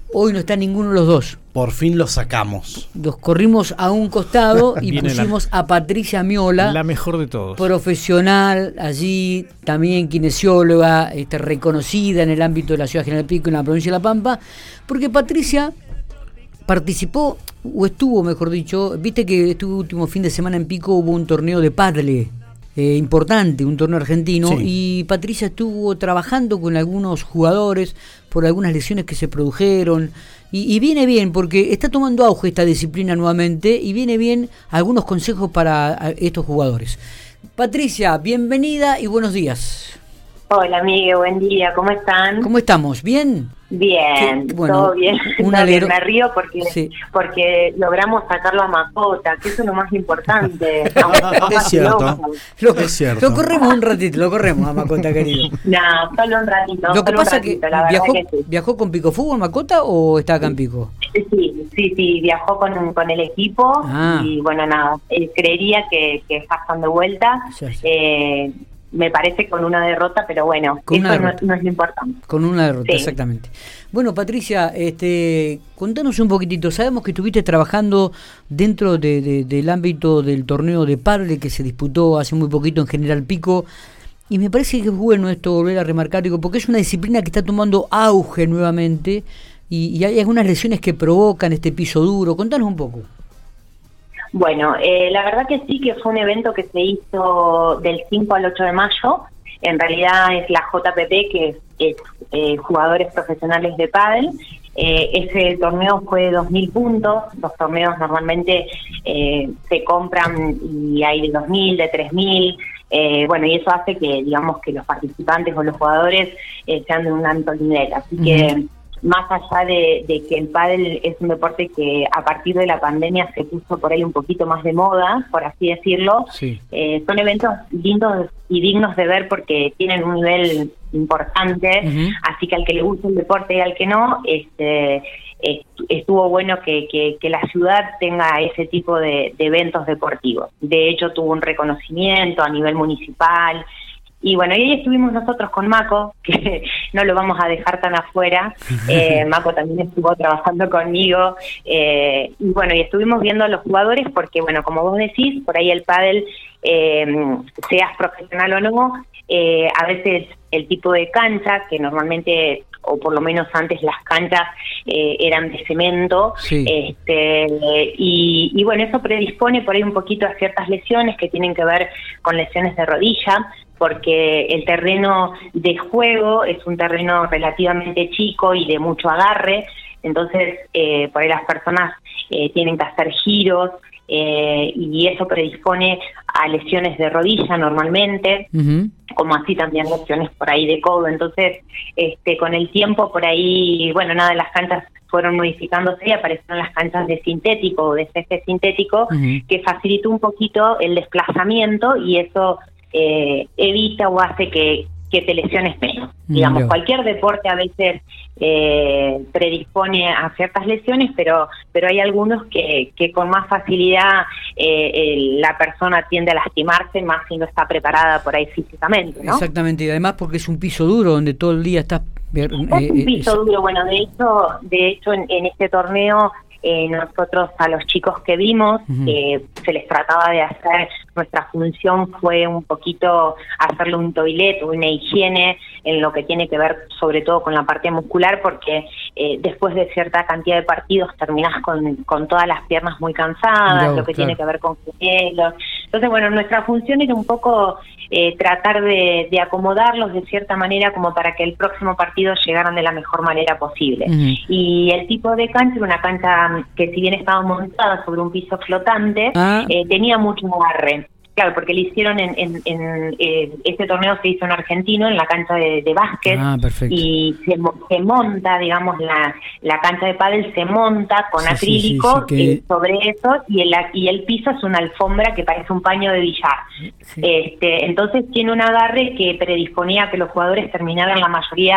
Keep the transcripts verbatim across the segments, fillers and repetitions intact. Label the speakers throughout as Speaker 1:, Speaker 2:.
Speaker 1: Hoy no está ninguno de los dos.
Speaker 2: Por fin lo sacamos.
Speaker 1: Los corrimos a un costado y pusimos la, a Patricia Miola,
Speaker 3: la mejor de todos,
Speaker 1: profesional allí, también kinesióloga, este, reconocida en el ámbito de la ciudad de General Pico, en la provincia de La Pampa, porque Patricia participó, o estuvo, mejor dicho, viste que este último fin de semana en Pico hubo un torneo de pádel eh, importante, un torneo argentino, sí. Y Patricia estuvo trabajando con algunos jugadores por algunas lesiones que se produjeron, y, y viene bien, porque está tomando auge esta disciplina nuevamente, y viene bien algunos consejos para estos jugadores. Patricia, bienvenida y buenos días.
Speaker 4: Hola, amigo, buen día, ¿cómo están?
Speaker 1: ¿Cómo estamos? ¿Bien?
Speaker 4: Bien,
Speaker 1: sí, bueno,
Speaker 4: todo bien.
Speaker 1: Un
Speaker 4: todo
Speaker 1: alero...
Speaker 4: bien. Me río porque sí. porque logramos sacarlo a mascota, que eso es lo más importante.
Speaker 2: Es cierto,
Speaker 1: lo,
Speaker 2: es cierto.
Speaker 1: Lo corremos un ratito, lo corremos a Macota, querido.
Speaker 4: No, solo un ratito.
Speaker 1: Lo que pasa es que,
Speaker 4: la
Speaker 1: viajó,
Speaker 4: que sí.
Speaker 1: ¿viajó con Pico Fútbol, Macota, o está acá en Pico?
Speaker 4: Sí, sí, sí, viajó con, con el equipo ah. y bueno, nada, él creería que, que ya están de vuelta. Sí, sí. Eh, me parece con una derrota, pero bueno,
Speaker 1: con
Speaker 4: eso no, no es lo importante.
Speaker 1: Con una derrota, sí. Exactamente. Bueno, Patricia, este, contanos un poquitito. Sabemos que estuviste trabajando dentro de, de, del ámbito del torneo de pádel que se disputó hace muy poquito en General Pico, y me parece que es bueno esto volver a remarcar, digo, porque es una disciplina que está tomando auge nuevamente, y, y hay algunas lesiones que provocan este piso duro. Contanos un poco.
Speaker 4: Bueno, eh, la verdad que sí, que fue un evento que se hizo del cinco al ocho de mayo. En realidad es la J P P, que es, es eh, jugadores profesionales de pádel. Eh, ese torneo fue de dos mil puntos. Los torneos normalmente eh, se compran y hay de dos mil, de tres mil. Eh, bueno, y eso hace que, digamos, que los participantes o los jugadores eh, sean de un alto nivel. Así uh-huh. que... más allá de, de que el pádel es un deporte que a partir de la pandemia se puso por ahí un poquito más de moda, por así decirlo, sí. eh, son eventos lindos y dignos de ver porque tienen un nivel importante, uh-huh. así que al que le guste el deporte y al que no, este estuvo bueno que, que, que la ciudad tenga ese tipo de, de eventos deportivos. De hecho, tuvo un reconocimiento a nivel municipal. Y bueno, y ahí estuvimos nosotros con Maco, que no lo vamos a dejar tan afuera. Eh, Maco también estuvo trabajando conmigo. Eh, y bueno, y estuvimos viendo a los jugadores porque, bueno, como vos decís, por ahí el pádel, eh, seas profesional o no, eh, a veces el tipo de cancha, que normalmente, o por lo menos antes las canchas eh, eran de cemento, sí. este y, y bueno, eso predispone por ahí un poquito a ciertas lesiones que tienen que ver con lesiones de rodilla, porque el terreno de juego es un terreno relativamente chico y de mucho agarre, entonces eh, por ahí las personas eh, tienen que hacer giros, eh, y eso predispone a lesiones de rodilla normalmente, uh-huh. como así también lesiones por ahí de codo. Entonces, este con el tiempo por ahí, bueno, nada, las canchas fueron modificándose y aparecieron las canchas de sintético o de césped sintético, uh-huh. que facilitó un poquito el desplazamiento y eso eh, evita o hace que que te lesiones menos. Mm, Digamos, yo. cualquier deporte a veces eh, predispone a ciertas lesiones, pero pero hay algunos que, que con más facilidad eh, el, la persona tiende a lastimarse, más si no está preparada por ahí físicamente, ¿no?
Speaker 1: Exactamente, y además porque es un piso duro donde todo el día estás... Eh,
Speaker 4: es un piso eh, duro, bueno, de hecho, de hecho en, en este torneo Eh, nosotros a los chicos que vimos, uh-huh. eh, se les trataba de hacer, nuestra función fue un poquito hacerle un toilet, una higiene en lo que tiene que ver sobre todo con la parte muscular, porque eh, después de cierta cantidad de partidos terminás con, con todas las piernas muy cansadas, no, lo que claro. tiene que ver con gemelos. Entonces, bueno, nuestra función era un poco eh, tratar de, de acomodarlos de cierta manera como para que el próximo partido llegaran de la mejor manera posible. Uh-huh. Y el tipo de cancha era una cancha que si bien estaba montada sobre un piso flotante, ah. eh, tenía mucho agarre. Claro, porque le hicieron en, en, en eh, este torneo se hizo en argentino, en la cancha de, de básquet,
Speaker 1: ah,
Speaker 4: y se, se monta, digamos, la, la cancha de pádel se monta con sí, acrílico sí, sí, sí, que... eh, sobre eso, y el, y el piso es una alfombra que parece un paño de billar. Sí. Este, entonces tiene un agarre que predisponía a que los jugadores terminaran la mayoría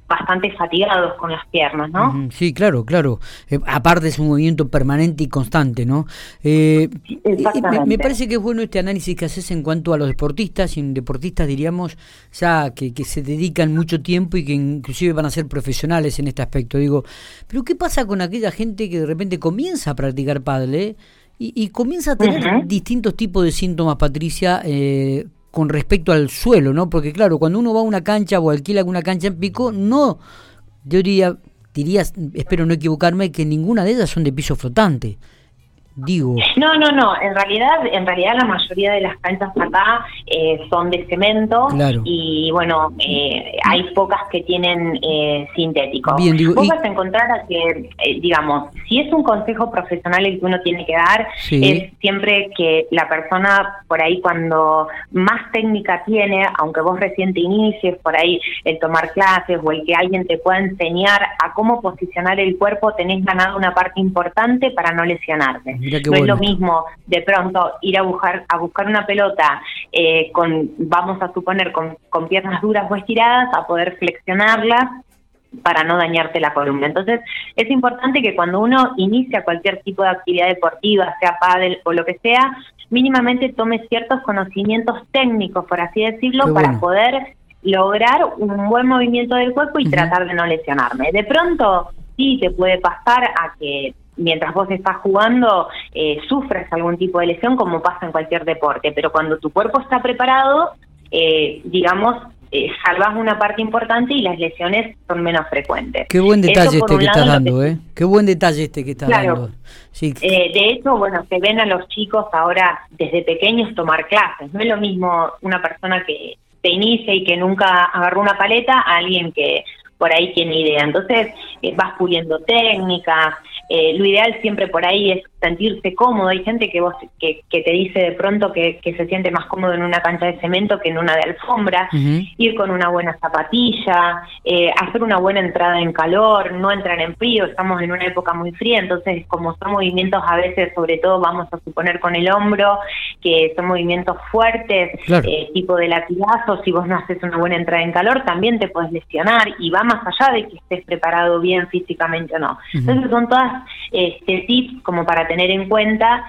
Speaker 4: bastante fatigados con las piernas, ¿no?
Speaker 1: Sí, claro, claro. Eh, aparte es un movimiento permanente y constante, ¿no? Eh,
Speaker 4: Exactamente.
Speaker 1: Me, me parece que es bueno este análisis que haces en cuanto a los deportistas, y deportistas diríamos ya que, que se dedican mucho tiempo y que inclusive van a ser profesionales en este aspecto. Digo, pero ¿qué pasa con aquella gente que de repente comienza a practicar pádel y, y comienza a tener uh-huh. distintos tipos de síntomas, Patricia, eh, con respecto al suelo, ¿no? Porque claro, cuando uno va a una cancha o alquila alguna cancha en Pico, no, yo diría, diría, espero no equivocarme, que ninguna de ellas son de piso flotante. Digo.
Speaker 4: No, no, no. En realidad, en realidad la mayoría de las canchas acá eh, son de cemento,
Speaker 1: claro.
Speaker 4: y bueno, eh, hay pocas que tienen eh, sintético.
Speaker 1: Bien, digo,
Speaker 4: Vos
Speaker 1: y...
Speaker 4: vas a encontrar a que, eh, digamos, si es un consejo profesional el que uno tiene que dar,
Speaker 1: sí.
Speaker 4: es siempre que la persona por ahí cuando más técnica tiene, aunque vos recién te inicies por ahí el tomar clases o el que alguien te pueda enseñar a cómo posicionar el cuerpo, tenés ganado una parte importante para no lesionarte. No bueno. es lo mismo de pronto ir a buscar a buscar una pelota eh, con, vamos a suponer, con, con piernas duras o estiradas, a poder flexionarlas para no dañarte la columna. Entonces, es importante que cuando uno inicia cualquier tipo de actividad deportiva, sea pádel o lo que sea, mínimamente tome ciertos conocimientos técnicos, por así decirlo,
Speaker 1: Qué
Speaker 4: para
Speaker 1: bueno.
Speaker 4: poder lograr un buen movimiento del cuerpo y uh-huh. tratar de no lesionarme. De pronto, sí te puede pasar a que mientras vos estás jugando, eh, sufres algún tipo de lesión, como pasa en cualquier deporte, pero cuando tu cuerpo está preparado, eh, digamos, eh, salvas una parte importante y las lesiones son menos frecuentes.
Speaker 1: Qué buen detalle este que estás dando,
Speaker 4: que...
Speaker 1: ¿eh? Qué buen detalle este que estás
Speaker 4: claro.
Speaker 1: dando. Sí.
Speaker 4: Eh, de hecho, bueno, se ven a los chicos ahora desde pequeños tomar clases. No es lo mismo una persona que se inicia y que nunca agarró una paleta a alguien que por ahí tiene idea. Entonces, eh, vas puliendo técnicas. Eh, lo ideal siempre por ahí es sentirse cómodo. Hay gente que vos que, que te dice de pronto que, que se siente más cómodo en una cancha de cemento que en una de alfombra. Uh-huh. Ir con una buena zapatilla, eh, hacer una buena entrada en calor, no entrar en frío. Estamos en una época muy fría, entonces como son movimientos a veces, sobre todo vamos a suponer con el hombro, que son movimientos fuertes, claro. eh, tipo de latigazo, si vos no haces una buena entrada en calor también te podés lesionar, y va más allá de que estés preparado bien físicamente o no. Uh-huh. Entonces son todas este tips como para tener en cuenta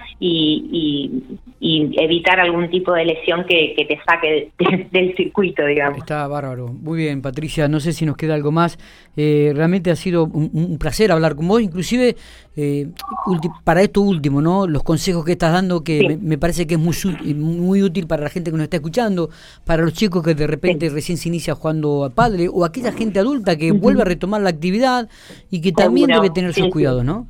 Speaker 4: y, y, y evitar algún tipo de lesión que, que te saque de, de, del circuito, digamos.
Speaker 1: Está bárbaro. Muy bien, Patricia, no sé si nos queda algo más. Eh, realmente ha sido un, un placer hablar con vos, inclusive eh, ulti- para esto último, ¿no? Los consejos que estás dando, que sí. me, me parece que es muy, muy útil para la gente que nos está escuchando, para los chicos que de repente sí. recién se inicia jugando a pádel, o aquella gente adulta que uh-huh. vuelve a retomar la actividad y que también Seguro. debe tener sus sí, cuidados, ¿no?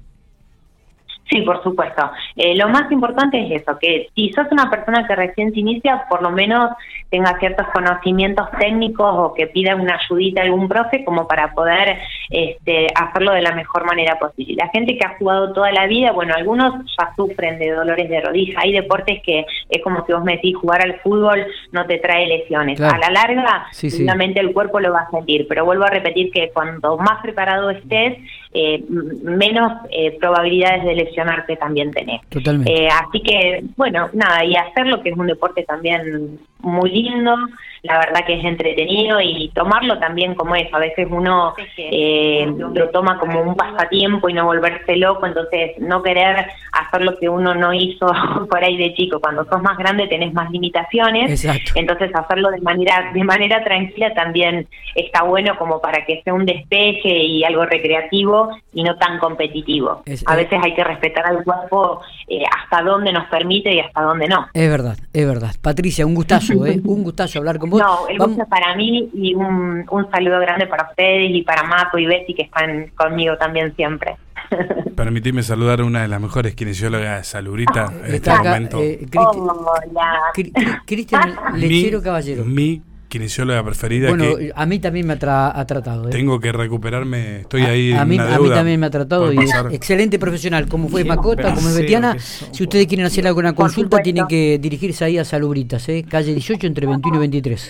Speaker 4: Sí, por supuesto. Eh, lo más importante es eso, que si sos una persona que recién se inicia, por lo menos tenga ciertos conocimientos técnicos o que pida una ayudita a algún profe como para poder este, hacerlo de la mejor manera posible. La gente que ha jugado toda la vida, bueno, algunos ya sufren de dolores de rodilla. Hay deportes que es como si vos me decís, jugar al fútbol no te trae lesiones. Claro. A la larga, sí, sí. seguramente el cuerpo lo va a sentir, pero vuelvo a repetir que cuando más preparado estés, eh, menos eh, probabilidades de lesionarte también tenés.
Speaker 1: Totalmente.
Speaker 4: Eh, así que, bueno, nada, y hacerlo, que es un deporte también muy lindo, la verdad que es entretenido, y tomarlo también como eso. A veces uno eh, lo toma como un pasatiempo y no volverse loco, entonces no querer hacer lo que uno no hizo por ahí de chico. Cuando sos más grande tenés más limitaciones.
Speaker 1: Exacto.
Speaker 4: Entonces hacerlo de manera de manera tranquila también está bueno, como para que sea un despeje y algo recreativo y no tan competitivo. Es, a veces hay que respetar al cuerpo eh, hasta dónde nos permite y hasta dónde no.
Speaker 1: Es verdad, es verdad. Patricia, un gustazo, ¿eh? Un gustazo hablar con vos.
Speaker 4: No, el gusto es para mí, y un, un saludo grande para ustedes y para Maco y Betty, que están conmigo también siempre.
Speaker 2: Permitime saludar a una de las mejores kinesiólogas de Salubrita en este
Speaker 1: acá,
Speaker 2: momento.
Speaker 1: Eh, Cristi- Hola. Cristian Lechero Caballero.
Speaker 2: Mi kinesióloga preferida.
Speaker 1: Bueno,
Speaker 2: que
Speaker 1: a mí también me ha, tra- ha tratado. ¿eh?
Speaker 2: Tengo que recuperarme, estoy
Speaker 1: a,
Speaker 2: ahí
Speaker 1: a
Speaker 2: en
Speaker 1: mí,
Speaker 2: una deuda.
Speaker 1: A mí también me ha tratado, y es excelente profesional, como fue Macota, como es Betiana. Si ustedes quieren hacer alguna consulta, tienen que dirigirse ahí a Salubritas, ¿eh? Calle dieciocho, entre veintiuno y veintitrés.